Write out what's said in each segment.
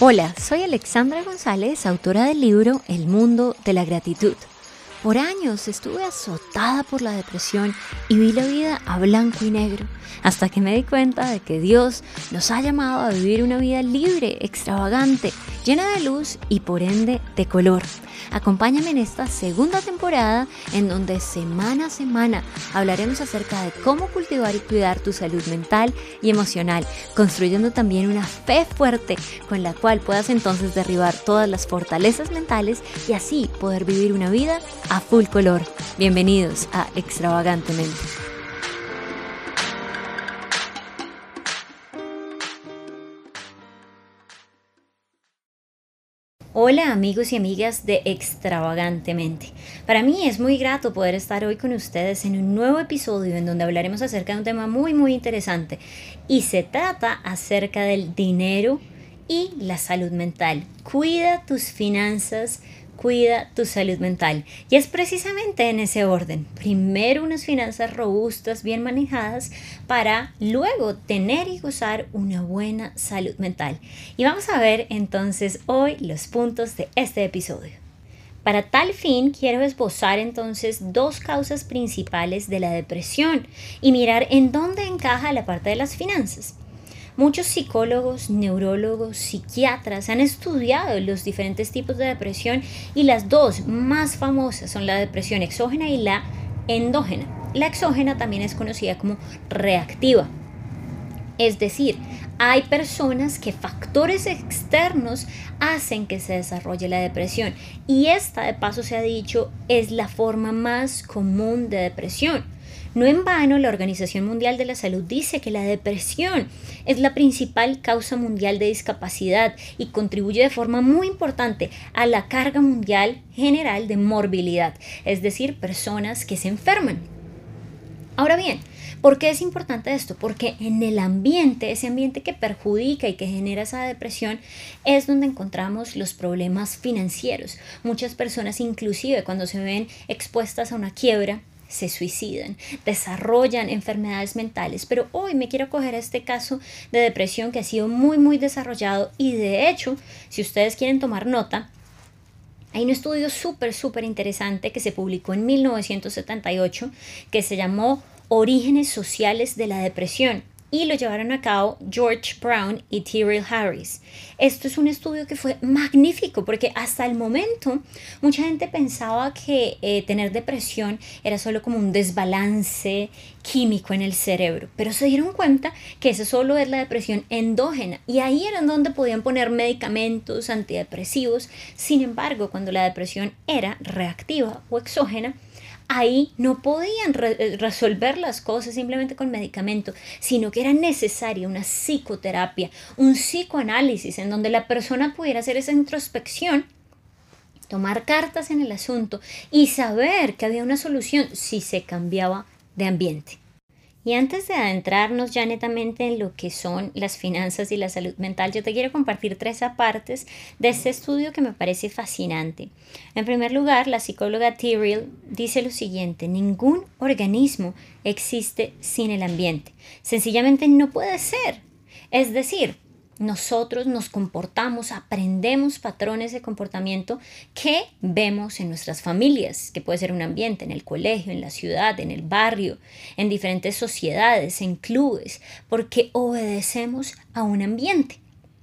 Hola, soy Alexandra González, autora del libro El mundo de la gratitud. Por años estuve azotada por la depresión y vi la vida a blanco y negro, hasta que me di cuenta de que Dios nos ha llamado a vivir una vida libre, extravagante, llena de luz y por ende de color. Acompáñame en esta segunda temporada en donde semana a semana hablaremos acerca de cómo cultivar y cuidar tu salud mental y emocional, construyendo también una fe fuerte con la cual puedas entonces derribar todas las fortalezas mentales y así poder vivir una vida a full color. Bienvenidos a Extravagantemente. Hola amigos y amigas de Extravagantemente. Para mí es muy grato poder estar hoy con ustedes en un nuevo episodio en donde hablaremos acerca de un tema muy interesante y se trata acerca del dinero y la salud mental. Cuida tus finanzas, cuida tu salud mental. Y es precisamente en ese orden. Primero unas finanzas robustas, bien manejadas, para luego tener y gozar una buena salud mental. Y vamos a ver entonces hoy los puntos de este episodio. Para tal fin, quiero esbozar entonces dos causas principales de la depresión y mirar en dónde encaja la parte de las finanzas. Muchos psicólogos, neurólogos, psiquiatras han estudiado los diferentes tipos de depresión y las dos más famosas son la depresión exógena y la endógena. La exógena también es conocida como reactiva. Es decir, hay personas que factores externos hacen que se desarrolle la depresión y esta, de paso se ha dicho, es la forma más común de depresión. No en vano, la Organización Mundial de la Salud dice que la depresión es la principal causa mundial de discapacidad y contribuye de forma muy importante a la carga mundial general de morbilidad, es decir, personas que se enferman. Ahora bien, ¿por qué es importante esto? Porque en el ambiente, ese ambiente que perjudica y que genera esa depresión, es donde encontramos los problemas financieros. Muchas personas, inclusive cuando se ven expuestas a una quiebra, se suicidan, desarrollan enfermedades mentales, pero hoy me quiero coger a este caso de depresión que ha sido muy desarrollado y de hecho, si ustedes quieren tomar nota, hay un estudio súper interesante que se publicó en 1978 que se llamó Orígenes Sociales de la Depresión y lo llevaron a cabo George Brown y Tyrrell Harris. Esto es un estudio que fue magnífico porque hasta el momento mucha gente pensaba que tener depresión era solo como un desbalance químico en el cerebro, pero se dieron cuenta que eso solo es la depresión endógena y ahí era donde podían poner medicamentos antidepresivos. Sin embargo, cuando la depresión era reactiva o exógena, ahí no podían resolver las cosas simplemente con medicamento, sino que era necesaria una psicoterapia, un psicoanálisis en donde la persona pudiera hacer esa introspección, tomar cartas en el asunto y saber que había una solución si se cambiaba de ambiente. Y antes de adentrarnos ya netamente en lo que son las finanzas y la salud mental, yo te quiero compartir tres apartes de este estudio que me parece fascinante. En primer lugar, la psicóloga Tyrrell dice lo siguiente: ningún organismo existe sin el ambiente. Sencillamente no puede ser. Es decir, nosotros nos comportamos, aprendemos patrones de comportamiento que vemos en nuestras familias, que puede ser un ambiente en el colegio, en la ciudad, en el barrio, en diferentes sociedades, en clubes, porque obedecemos a un ambiente.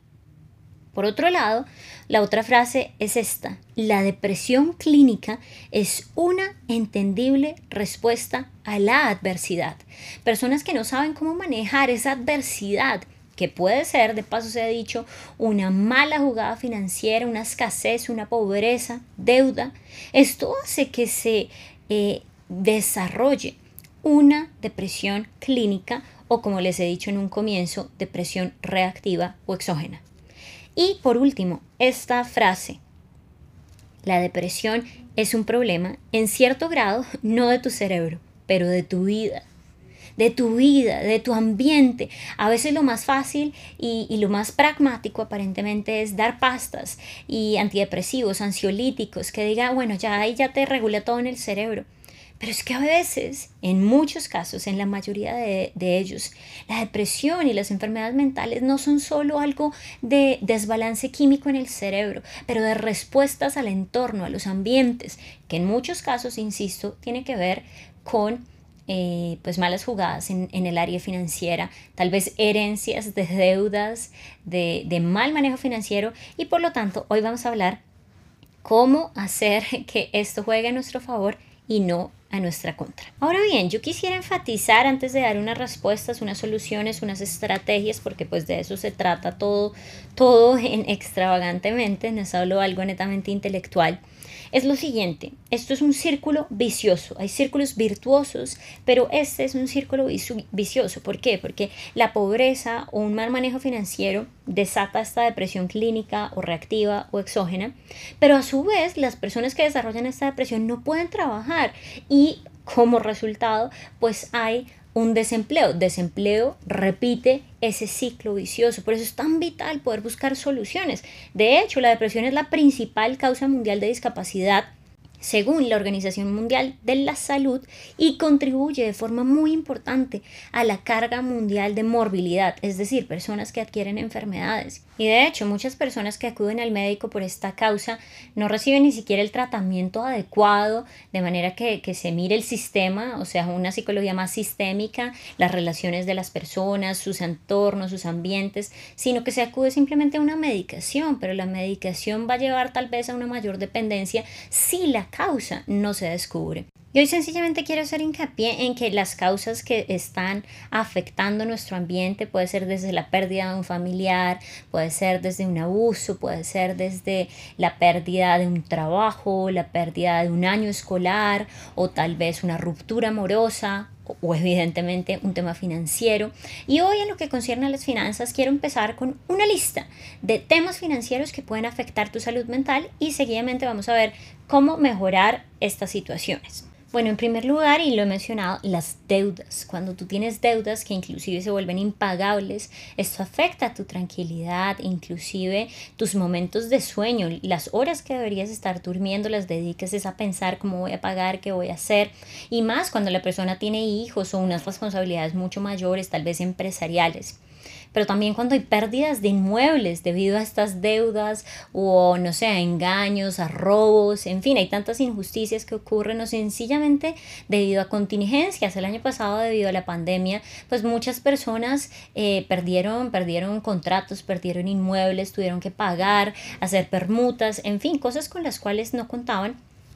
Por otro lado, la otra frase es esta: la depresión clínica es una entendible respuesta a la adversidad. Personas que no saben cómo manejar esa adversidad, que puede ser, de paso se ha dicho, una mala jugada financiera, una escasez, una pobreza, deuda. Esto hace que se desarrolle una depresión clínica o, como les he dicho en un comienzo, depresión reactiva o exógena. Y por último, esta frase: la depresión es un problema en cierto grado no de tu cerebro, pero de tu vida. De tu vida, de tu ambiente. A veces lo más fácil y lo más pragmático aparentemente es dar pastas y antidepresivos, ansiolíticos, que diga, bueno, ya ahí ya te regula todo en el cerebro. Pero es que a veces, en muchos casos, en la mayoría de ellos, la depresión y las enfermedades mentales no son solo algo de desbalance químico en el cerebro, pero de respuestas al entorno, a los ambientes, que en muchos casos, insisto, tiene que ver con pues malas jugadas en el área financiera, tal vez herencias de deudas, de mal manejo financiero, y por lo tanto hoy vamos a hablar cómo hacer que esto juegue a nuestro favor y no a nuestra contra. Ahora bien, yo quisiera enfatizar antes de dar unas respuestas, unas soluciones, unas estrategias, porque pues de eso se trata todo en extravagantemente, no es solo algo netamente intelectual. Es lo siguiente, esto es un círculo vicioso, hay círculos virtuosos, pero este es un círculo vicioso. ¿Por qué? Porque la pobreza o un mal manejo financiero desata esta depresión clínica o reactiva o exógena, pero a su vez las personas que desarrollan esta depresión no pueden trabajar y como resultado pues hay un desempleo. Desempleo repite ese ciclo vicioso. Por eso es tan vital poder buscar soluciones. De hecho, la depresión es la principal causa mundial de discapacidad según la Organización Mundial de la Salud y contribuye de forma muy importante a la carga mundial de morbilidad, es decir, personas que adquieren enfermedades. Y de hecho, muchas personas que acuden al médico por esta causa no reciben ni siquiera el tratamiento adecuado, de manera que se mire el sistema, o sea, una psicología más sistémica, las relaciones de las personas, sus entornos, sus ambientes, sino que se acude simplemente a una medicación, pero la medicación va a llevar tal vez a una mayor dependencia si la causa no se descubre. Y hoy sencillamente quiero hacer hincapié en que las causas que están afectando nuestro ambiente puede ser desde la pérdida de un familiar, puede ser desde un abuso, puede ser desde la pérdida de un trabajo, la pérdida de un año escolar o tal vez una ruptura amorosa o evidentemente un tema financiero. Y hoy en lo que concierne a las finanzas quiero empezar con una lista de temas financieros que pueden afectar tu salud mental y seguidamente vamos a ver cómo mejorar estas situaciones. Bueno, en primer lugar, y lo he mencionado, las deudas. Cuando tú tienes deudas que inclusive se vuelven impagables, esto afecta tu tranquilidad, inclusive tus momentos de sueño. Las horas que deberías estar durmiendo las dediques a pensar cómo voy a pagar, qué voy a hacer. Y más cuando la persona tiene hijos o unas responsabilidades mucho mayores, tal vez empresariales. Pero también cuando hay pérdidas de inmuebles debido a estas deudas o, no sé, a engaños, a robos, en fin, hay tantas injusticias que ocurren o sencillamente debido a contingencias. El año pasado, debido a la pandemia, pues muchas personas perdieron contratos, perdieron inmuebles, tuvieron que pagar, hacer permutas, en fin, cosas con las cuales no contaban.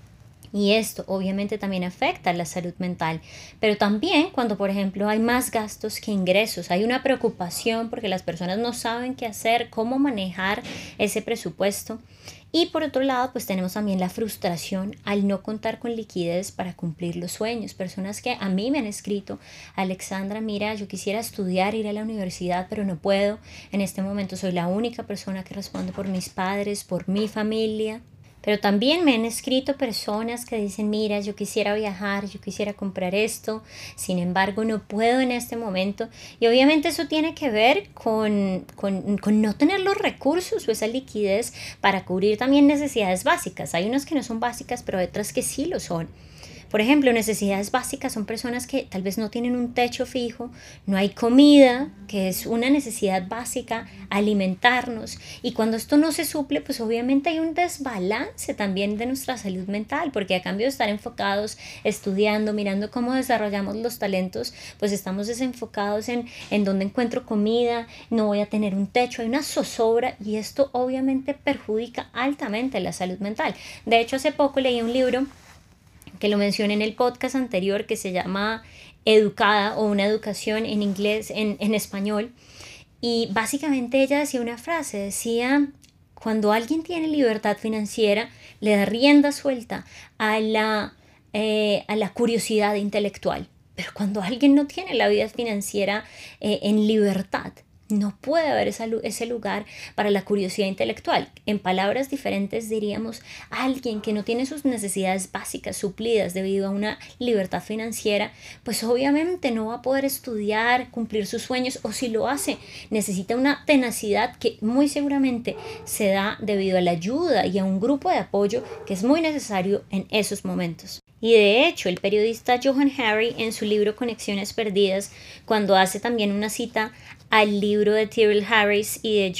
Y esto obviamente también afecta la salud mental, pero también cuando, por ejemplo, hay más gastos que ingresos, hay una preocupación porque las personas no saben qué hacer, cómo manejar ese presupuesto. Y por otro lado, pues tenemos también la frustración al no contar con liquidez para cumplir los sueños. Personas que a mí me han escrito: Alexandra, mira, yo quisiera estudiar, ir a la universidad, pero no puedo. En este momento soy la única persona que responde por mis padres, por mi familia. Pero también me han escrito personas que dicen: mira, yo quisiera viajar, yo quisiera comprar esto, sin embargo no puedo en este momento. Y obviamente eso tiene que ver con no tener los recursos o esa liquidez para cubrir también necesidades básicas. Hay unas que no son básicas, pero hay otras que sí lo son. Por ejemplo, necesidades básicas son personas que tal vez no tienen un techo fijo, no hay comida, que es una necesidad básica, alimentarnos. Y cuando esto no se suple, pues obviamente hay un desbalance también de nuestra salud mental, porque a cambio de estar enfocados, estudiando, mirando cómo desarrollamos los talentos, pues estamos desenfocados en dónde encuentro comida, no voy a tener un techo, hay una zozobra y esto obviamente perjudica altamente la salud mental. De hecho, hace poco leí un libro que lo mencioné en el podcast anterior, que se llama Educada o Una educación en inglés, en español. Y básicamente ella decía una frase, decía: cuando alguien tiene libertad financiera, le da rienda suelta a la curiosidad intelectual. Pero cuando alguien no tiene la vida financiera en libertad, no puede haber ese lugar para la curiosidad intelectual. En palabras diferentes diríamos: alguien que no tiene sus necesidades básicas suplidas debido a una libertad financiera, pues obviamente no va a poder estudiar, cumplir sus sueños, o si lo hace, necesita una tenacidad que muy seguramente se da debido a la ayuda y a un grupo de apoyo que es muy necesario en esos momentos. Y de hecho, el periodista Johan Hari, en su libro Conexiones Perdidas, cuando hace también una cita al libro de Tyrrell Harris y de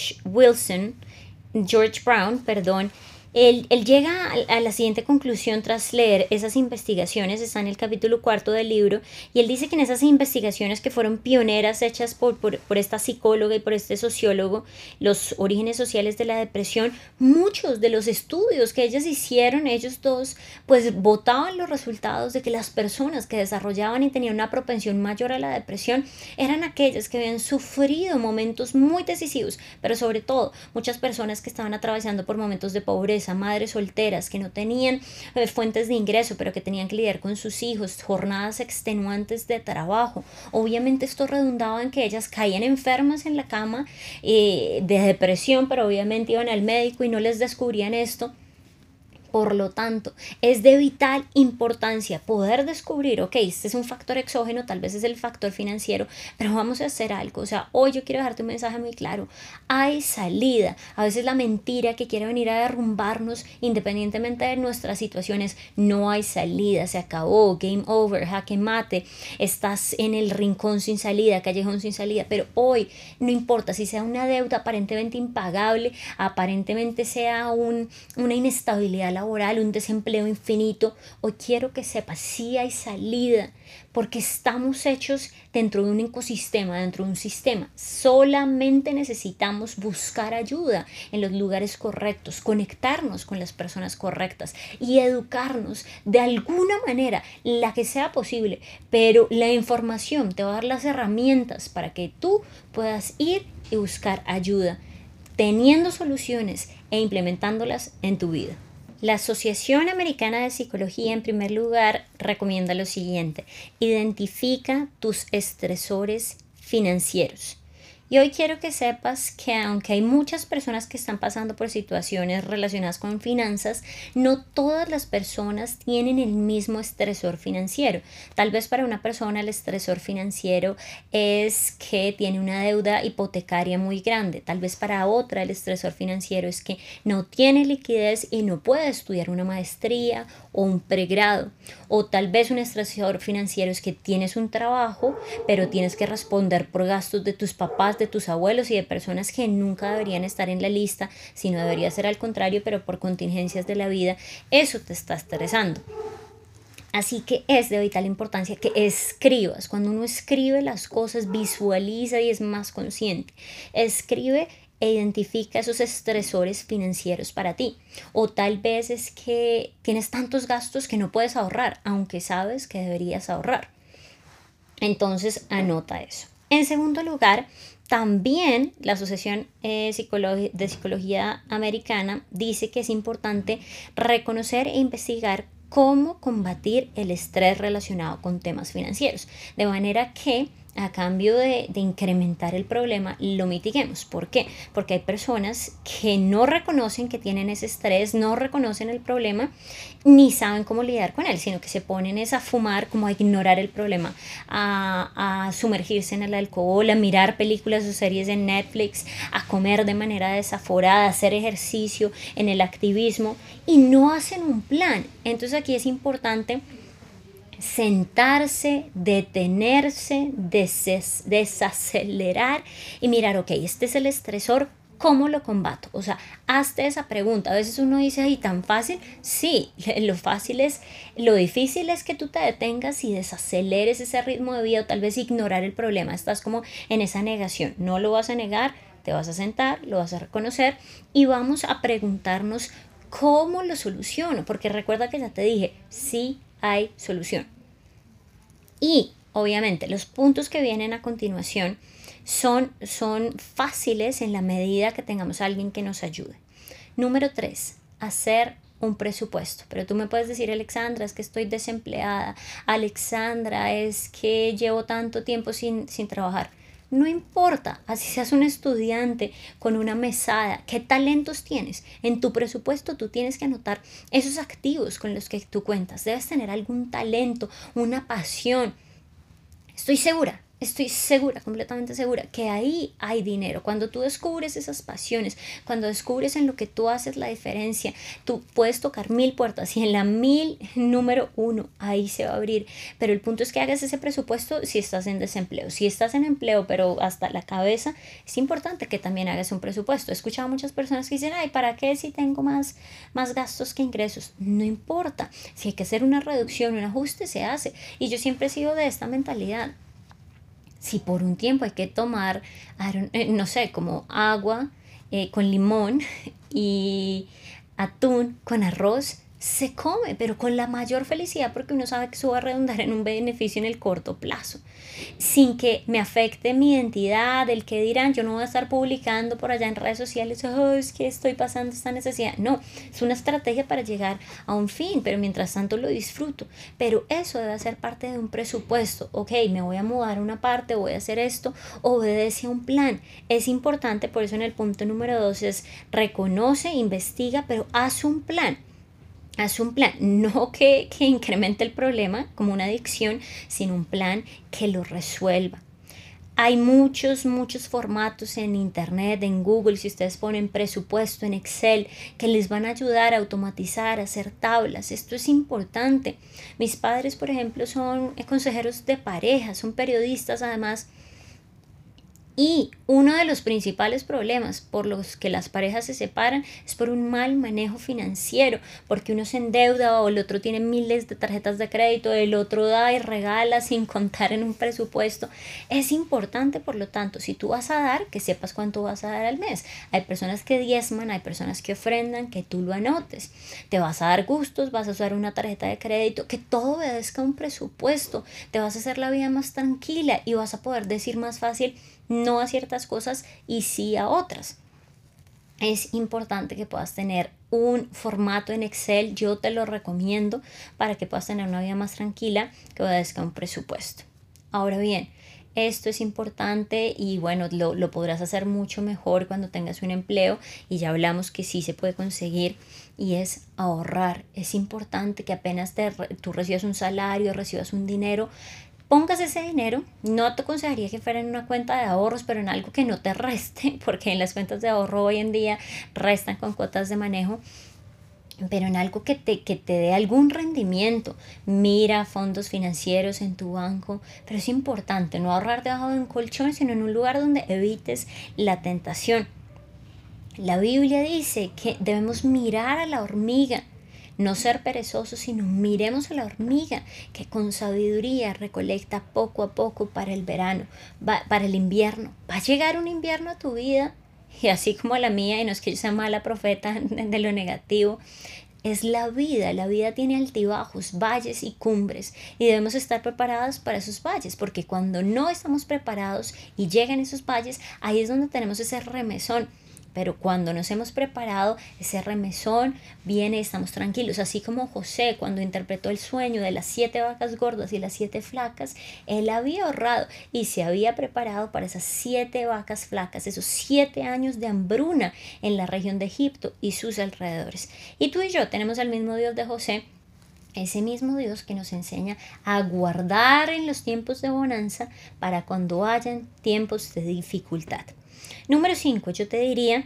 George Brown, perdón, él llega a la siguiente conclusión tras leer esas investigaciones, está en el capítulo cuarto del libro, y él dice que en esas investigaciones que fueron pioneras hechas por esta psicóloga y por este sociólogo, los orígenes sociales de la depresión, muchos de los estudios que ellas hicieron, ellos dos, pues botaban los resultados de que las personas que desarrollaban y tenían una propensión mayor a la depresión eran aquellas que habían sufrido momentos muy decisivos, pero sobre todo muchas personas que estaban atravesando por momentos de pobreza, madres solteras que no tenían fuentes de ingreso, pero que tenían que lidiar con sus hijos, jornadas extenuantes de trabajo. Obviamente esto redundaba en que ellas caían enfermas en la cama de depresión, pero obviamente iban al médico y no les descubrían esto. Por lo tanto, es de vital importancia poder descubrir, ok, este es un factor exógeno, tal vez es el factor financiero, pero vamos a hacer algo. O sea, hoy yo quiero dejarte un mensaje muy claro. Hay salida. A veces la mentira que quiere venir a derrumbarnos, independientemente de nuestras situaciones, no hay salida, se acabó, game over, jaque mate, estás en el rincón sin salida, callejón sin salida, pero hoy no importa si sea una deuda aparentemente impagable, aparentemente sea una inestabilidad laboral, un desempleo infinito. Hoy quiero que sepas, sí hay salida, porque estamos hechos dentro de un ecosistema, dentro de un sistema. Solamente necesitamos buscar ayuda en los lugares correctos, conectarnos con las personas correctas y educarnos de alguna manera, la que sea posible, pero la información te va a dar las herramientas para que tú puedas ir y buscar ayuda, teniendo soluciones e implementándolas en tu vida. La Asociación Americana de Psicología, en primer lugar, recomienda lo siguiente: identifica tus estresores financieros. Y hoy quiero que sepas que aunque hay muchas personas que están pasando por situaciones relacionadas con finanzas, no todas las personas tienen el mismo estresor financiero. Tal vez para una persona el estresor financiero es que tiene una deuda hipotecaria muy grande. Tal vez para otra el estresor financiero es que no tiene liquidez y no puede estudiar una maestría o un pregrado. O tal vez un estresor financiero es que tienes un trabajo, pero tienes que responder por gastos de tus papás, de tus abuelos y de personas que nunca deberían estar en la lista, sino debería ser al contrario, pero por contingencias de la vida, eso te está estresando. Así que es de vital importancia que escribas. Cuando uno escribe las cosas, visualiza y es más consciente. Escribe e identifica esos estresores financieros para ti. O tal vez es que tienes tantos gastos que no puedes ahorrar, aunque sabes que deberías ahorrar. Entonces anota eso. En segundo lugar, también la Asociación de Psicología Americana dice que es importante reconocer e investigar cómo combatir el estrés relacionado con temas financieros, de manera que a cambio de incrementar el problema, lo mitiguemos. ¿Por qué? Porque hay personas que no reconocen que tienen ese estrés, no reconocen el problema, ni saben cómo lidiar con él, sino que se ponen a fumar, como a ignorar el problema, a sumergirse en el alcohol, a mirar películas o series en Netflix, a comer de manera desaforada, a hacer ejercicio, en el activismo, y no hacen un plan. Entonces aquí es importante sentarse, detenerse, desacelerar y mirar, ok, este es el estresor, ¿cómo lo combato? O sea, hazte esa pregunta. A veces uno dice, ay, tan fácil. Sí, lo difícil es que tú te detengas y desaceleres ese ritmo de vida o tal vez ignorar el problema. Estás como en esa negación. No lo vas a negar, te vas a sentar, lo vas a reconocer y vamos a preguntarnos cómo lo soluciono. Porque recuerda que ya te dije, sí hay solución. Y obviamente los puntos que vienen a continuación son fáciles en la medida que tengamos a alguien que nos ayude. Número 3, hacer un presupuesto. Pero tú me puedes decir, Alexandra, es que estoy desempleada. Alexandra, es que llevo tanto tiempo sin trabajar. No importa, así seas un estudiante con una mesada, ¿qué talentos tienes? En tu presupuesto tú tienes que anotar esos activos con los que tú cuentas. Debes tener algún talento, una pasión. Estoy segura estoy segura, completamente segura, que ahí hay dinero. Cuando tú descubres esas pasiones, cuando descubres en lo que tú haces la diferencia, tú puedes tocar 1000 puertas y en la 1000 número 1 ahí se va a abrir. Pero el punto es que hagas ese presupuesto si estás en desempleo. Si estás en empleo, pero hasta la cabeza, es importante que también hagas un presupuesto. He escuchado a muchas personas que dicen, ay, ¿para qué si tengo más gastos que ingresos? No importa. Si hay que hacer una reducción, un ajuste, se hace. Y yo siempre he sido de esta mentalidad. Si por un tiempo hay que tomar, no sé, como agua con limón y atún con arroz, se come, pero con la mayor felicidad porque uno sabe que eso va a redundar en un beneficio en el corto plazo, sin que me afecte mi identidad, el que dirán. Yo no voy a estar publicando por allá en redes sociales, oh, es que estoy pasando esta necesidad. No, es una estrategia para llegar a un fin, pero mientras tanto lo disfruto. Pero eso debe ser parte de un presupuesto. Ok, me voy a mudar a una parte, voy a hacer esto, obedece a un plan. Es importante, por eso en el punto número 2 es reconoce, investiga, pero haz un plan. Haz un plan, no que incremente el problema como una adicción, sino un plan que lo resuelva. Hay muchos formatos en internet, en Google, si ustedes ponen presupuesto en Excel, que les van a ayudar a automatizar, a hacer tablas. Esto es importante. Mis padres, por ejemplo, son consejeros de pareja, son periodistas además. Y uno de los principales problemas por los que las parejas se separan es por un mal manejo financiero, porque uno se endeuda o el otro tiene miles de tarjetas de crédito, el otro da y regala sin contar en un presupuesto. Es importante, por lo tanto, si tú vas a dar, que sepas cuánto vas a dar al mes. Hay personas que diezman, hay personas que ofrendan, que tú lo anotes. Te vas a dar gustos, vas a usar una tarjeta de crédito, que todo obedezca a un presupuesto. Te vas a hacer la vida más tranquila y vas a poder decir más fácil no a ciertas cosas y sí a otras. Es importante que puedas tener un formato en Excel, yo te lo recomiendo para que puedas tener una vida más tranquila, que obedezca un presupuesto. Ahora bien, esto es importante y bueno, lo podrás hacer mucho mejor cuando tengas un empleo y ya hablamos que sí se puede conseguir, y es ahorrar. Es importante que apenas tú recibas un salario, recibas un dinero, pongas ese dinero. No te aconsejaría que fuera en una cuenta de ahorros, pero en algo que no te reste, porque en las cuentas de ahorro hoy en día restan con cuotas de manejo, pero en algo que te dé algún rendimiento. Mira fondos financieros en tu banco, pero es importante no ahorrar debajo de un colchón, sino en un lugar donde evites la tentación. La Biblia dice que debemos mirar a la hormiga, no ser perezosos, sino miremos a la hormiga que con sabiduría recolecta poco a poco para el verano, para el invierno. Va a llegar un invierno a tu vida y así como a la mía, y no es que yo sea mala profeta de lo negativo, es la vida tiene altibajos, valles y cumbres, y debemos estar preparados para esos valles, porque cuando no estamos preparados y llegan esos valles, ahí es donde tenemos ese remesón. Pero cuando nos hemos preparado, ese remesón viene y estamos tranquilos. Así como José, cuando interpretó el sueño de las 7 vacas gordas y las 7 flacas, él había ahorrado y se había preparado para esas 7 vacas flacas, esos 7 años de hambruna en la región de Egipto y sus alrededores. Y tú y yo tenemos el mismo Dios de José, ese mismo Dios que nos enseña a guardar en los tiempos de bonanza para cuando hayan tiempos de dificultad. Número 5, yo te diría,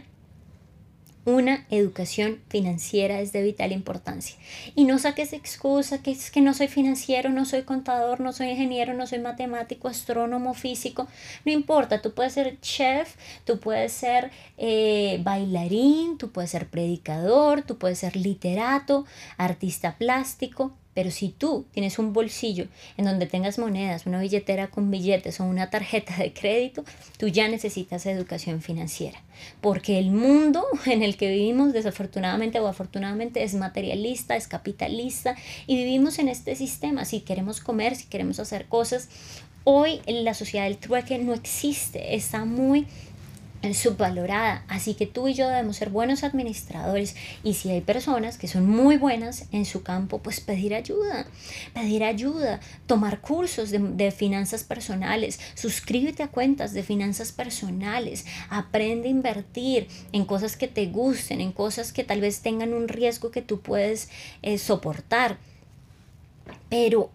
una educación financiera es de vital importancia. Y no saques excusa que es que no soy financiero, no soy contador, no soy ingeniero, no soy matemático, astrónomo, físico. No importa, tú puedes ser chef, tú puedes ser bailarín, tú puedes ser predicador, tú puedes ser literato, artista plástico. Pero si tú tienes un bolsillo en donde tengas monedas, una billetera con billetes o una tarjeta de crédito, tú ya necesitas educación financiera. Porque el mundo en el que vivimos, desafortunadamente o afortunadamente, es materialista, es capitalista, y vivimos en este sistema. Si queremos comer, si queremos hacer cosas, hoy la sociedad del trueque no existe, está muy subvalorada, así que tú y yo debemos ser buenos administradores, y si hay personas que son muy buenas en su campo, pues pedir ayuda, tomar cursos de finanzas personales, suscríbete a cuentas de finanzas personales, aprende a invertir en cosas que te gusten, en cosas que tal vez tengan un riesgo que tú puedes soportar. pero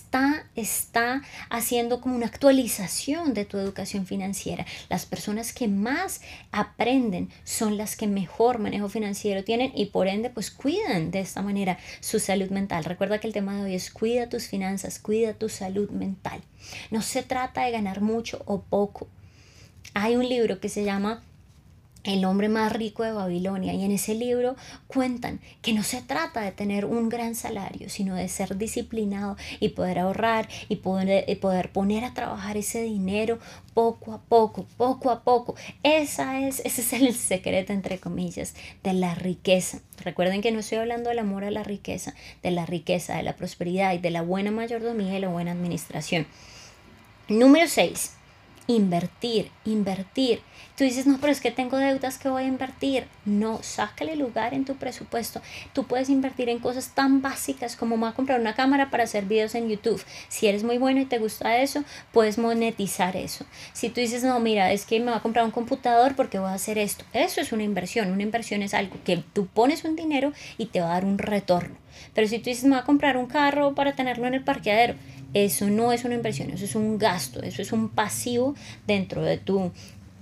está haciendo como una actualización de tu educación financiera. Las personas que más aprenden son las que mejor manejo financiero tienen y por ende pues cuidan de esta manera su salud mental. Recuerda que el tema de hoy es cuida tus finanzas, cuida tu salud mental. No se trata de ganar mucho o poco. Hay un libro que se llama El hombre más rico de Babilonia, y en ese libro cuentan que no se trata de tener un gran salario, sino de ser disciplinado y poder ahorrar y poder poner a trabajar ese dinero poco a poco, poco a poco. Ese es el secreto, entre comillas, de la riqueza. Recuerden que no estoy hablando del amor a la riqueza, de la riqueza, de la prosperidad y de la buena mayordomía y la buena administración. Número 6. Invertir, invertir. Tú dices, no, pero es que tengo deudas, que voy a invertir. No, sácale lugar en tu presupuesto. Tú puedes invertir en cosas tan básicas como me voy a comprar una cámara para hacer videos en YouTube. Si eres muy bueno y te gusta eso, puedes monetizar eso. Si tú dices, no, mira, es que me voy a comprar un computador porque voy a hacer esto. Eso es una inversión. Una inversión es algo que tú pones un dinero y te va a dar un retorno. Pero si tú dices, me voy a comprar un carro para tenerlo en el parqueadero, eso no es una inversión, eso es un gasto, eso es un pasivo dentro de tu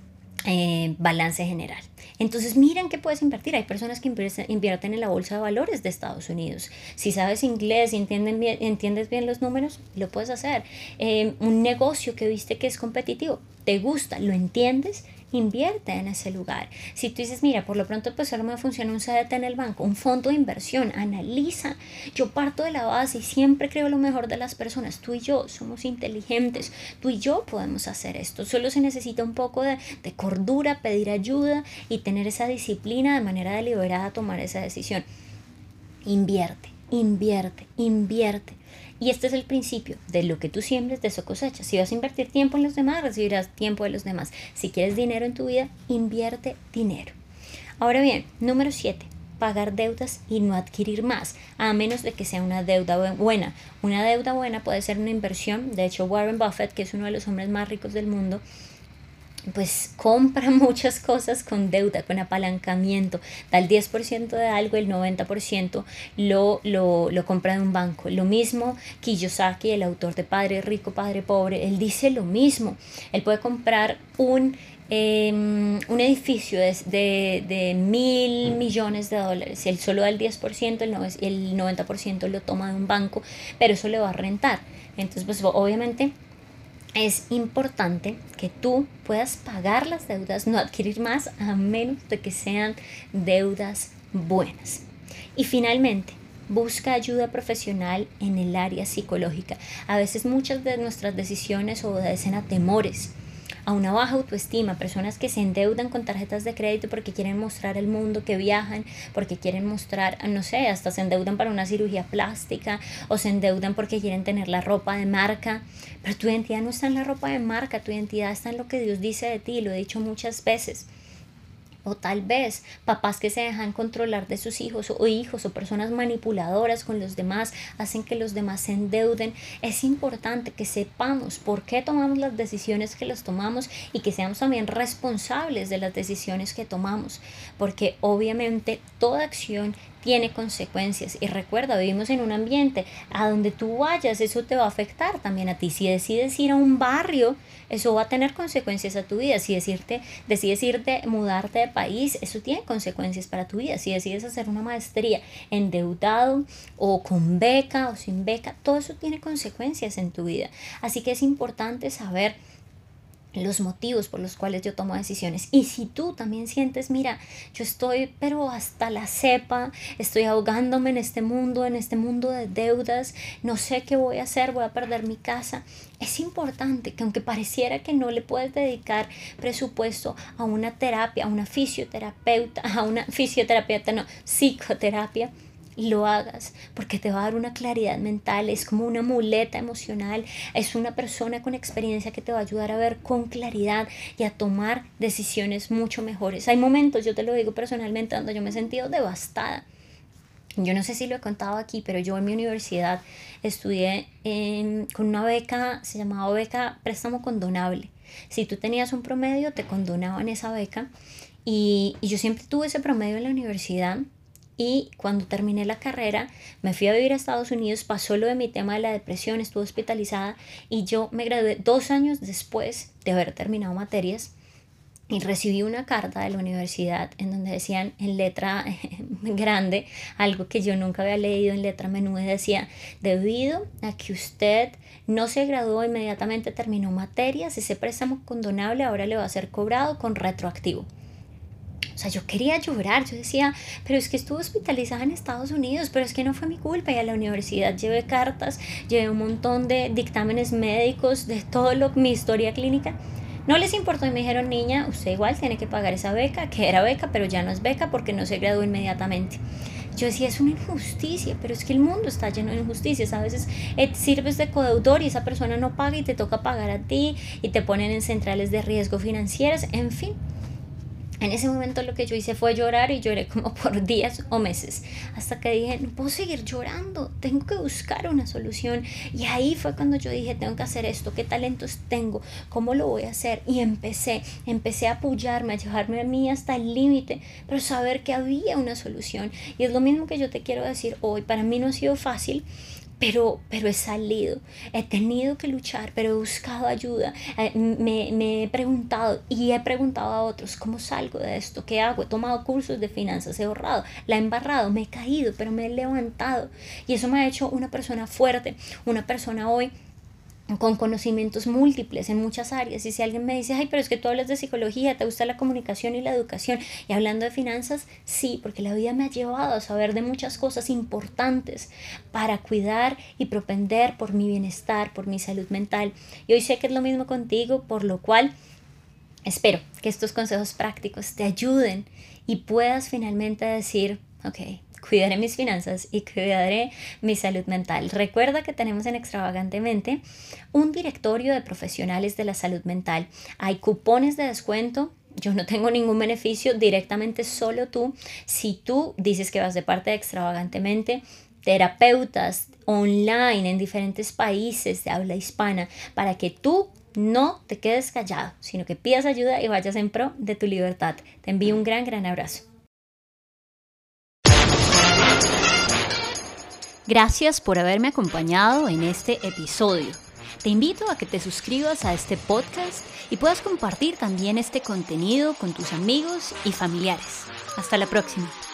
balance general. Entonces miren que puedes invertir. Hay personas que invierten en la bolsa de valores de Estados Unidos. Si sabes inglés y entiendes bien los números, lo puedes hacer. Un negocio que viste que es competitivo, te gusta, lo entiendes, invierte en ese lugar. Si tú dices, mira, por lo pronto pues solo me funciona un CDT en el banco, un fondo de inversión, analiza. Yo parto de la base y siempre creo lo mejor de las personas. Tú y yo somos inteligentes, tú y yo podemos hacer esto. Solo se necesita un poco de cordura, pedir ayuda y tener esa disciplina de manera deliberada a tomar esa decisión. Invierte, invierte, invierte. Y este es el principio, de lo que tú siembres, de eso cosechas. Si vas a invertir tiempo en los demás, recibirás tiempo de los demás. Si quieres dinero en tu vida, invierte dinero. Ahora bien, número 7, pagar deudas y no adquirir más, a menos de que sea una deuda buena. Una deuda buena puede ser una inversión. De hecho, Warren Buffett, que es uno de los hombres más ricos del mundo, pues compra muchas cosas con deuda, con apalancamiento. Da el 10% de algo, el 90% lo compra de un banco. Lo mismo Kiyosaki, el autor de Padre Rico, Padre Pobre, él dice lo mismo. Él puede comprar un edificio de 1.000 millones de dólares. Él solo da el 10%, el 90% lo toma de un banco, pero eso le va a rentar. Entonces, pues obviamente es importante que tú puedas pagar las deudas, no adquirir más, a menos de que sean deudas buenas. Y finalmente, busca ayuda profesional en el área psicológica. A veces muchas de nuestras decisiones obedecen a temores, a una baja autoestima, personas que se endeudan con tarjetas de crédito porque quieren mostrar al mundo que viajan, porque quieren mostrar, no sé, hasta se endeudan para una cirugía plástica o se endeudan porque quieren tener la ropa de marca. Pero tu identidad no está en la ropa de marca, tu identidad está en lo que Dios dice de ti, lo he dicho muchas veces. O tal vez papás que se dejan controlar de sus hijos o hijos o personas manipuladoras con los demás hacen que los demás se endeuden. Es importante que sepamos por qué tomamos las decisiones que las tomamos y que seamos también responsables de las decisiones que tomamos, porque obviamente toda acción tiene consecuencias. Y recuerda, vivimos en un ambiente a donde tú vayas, eso te va a afectar también a ti. Si decides ir a un barrio, eso va a tener consecuencias a tu vida. Si decides irte, mudarte de país, eso tiene consecuencias para tu vida. Si decides hacer una maestría endeudado o con beca o sin beca, todo eso tiene consecuencias en tu vida. Así que es importante saber los motivos por los cuales yo tomo decisiones. Y si tú también sientes, mira, yo estoy pero hasta la cepa, estoy ahogándome en este mundo de deudas, no sé qué voy a hacer, voy a perder mi casa, es importante que aunque pareciera que no le puedes dedicar presupuesto a una terapia, a una fisioterapeuta, psicoterapia, lo hagas, porque te va a dar una claridad mental. Es como una muleta emocional, es una persona con experiencia que te va a ayudar a ver con claridad y a tomar decisiones mucho mejores. Hay momentos, yo te lo digo personalmente, donde yo me he sentido devastada. Yo no sé si lo he contado aquí, pero yo en mi universidad estudié con una beca, se llamaba beca préstamo condonable. Si tú tenías un promedio, te condonaban esa beca, y yo siempre tuve ese promedio en la universidad. Y cuando terminé la carrera, me fui a vivir a Estados Unidos, pasó lo de mi tema de la depresión, estuve hospitalizada y yo me gradué 2 años después de haber terminado materias. Y recibí una carta de la universidad en donde decían en letra grande, algo que yo nunca había leído en letra menuda, decía: debido a que usted no se graduó inmediatamente, terminó materias, ese préstamo condonable ahora le va a ser cobrado con retroactivo. O sea, yo quería llorar, yo decía, pero es que estuve hospitalizada en Estados Unidos, pero es que no fue mi culpa. Y a la universidad llevé cartas, llevé un montón de dictámenes médicos, de mi historia clínica. No les importó y me dijeron: niña, usted igual tiene que pagar esa beca, que era beca, pero ya no es beca porque no se graduó inmediatamente. Yo decía, es una injusticia, pero es que el mundo está lleno de injusticias. A veces sirves de codeudor y esa persona no paga y te toca pagar a ti y te ponen en centrales de riesgo financieras, en fin. En ese momento lo que yo hice fue llorar y lloré como por días o meses, hasta que dije, no puedo seguir llorando, tengo que buscar una solución. Y ahí fue cuando yo dije, tengo que hacer esto, qué talentos tengo, cómo lo voy a hacer. Y empecé a apoyarme, a llevarme a mí hasta el límite, pero saber que había una solución. Y es lo mismo que yo te quiero decir hoy. Para mí no ha sido fácil, pero he salido, he tenido que luchar, pero he buscado ayuda, me he preguntado y he preguntado a otros, ¿cómo salgo de esto? ¿Qué hago? He tomado cursos de finanzas, he ahorrado, la he embarrado, me he caído, pero me he levantado. Y eso me ha hecho una persona fuerte, una persona hoy con conocimientos múltiples en muchas áreas. Y si alguien me dice, ay, pero es que tú hablas de psicología, te gusta la comunicación y la educación, y hablando de finanzas, sí, porque la vida me ha llevado a saber de muchas cosas importantes para cuidar y propender por mi bienestar, por mi salud mental. Y hoy sé que es lo mismo contigo, por lo cual espero que estos consejos prácticos te ayuden y puedas finalmente decir, ok, cuidaré mis finanzas y cuidaré mi salud mental. Recuerda que tenemos en Extravagantemente un directorio de profesionales de la salud mental. Hay cupones de descuento. Yo no tengo ningún beneficio, directamente solo tú. Si tú dices que vas de parte de Extravagantemente, terapeutas online en diferentes países de habla hispana, para que tú no te quedes callado, sino que pidas ayuda y vayas en pro de tu libertad. Te envío un gran abrazo. Gracias por haberme acompañado en este episodio. Te invito a que te suscribas a este podcast y puedas compartir también este contenido con tus amigos y familiares. Hasta la próxima.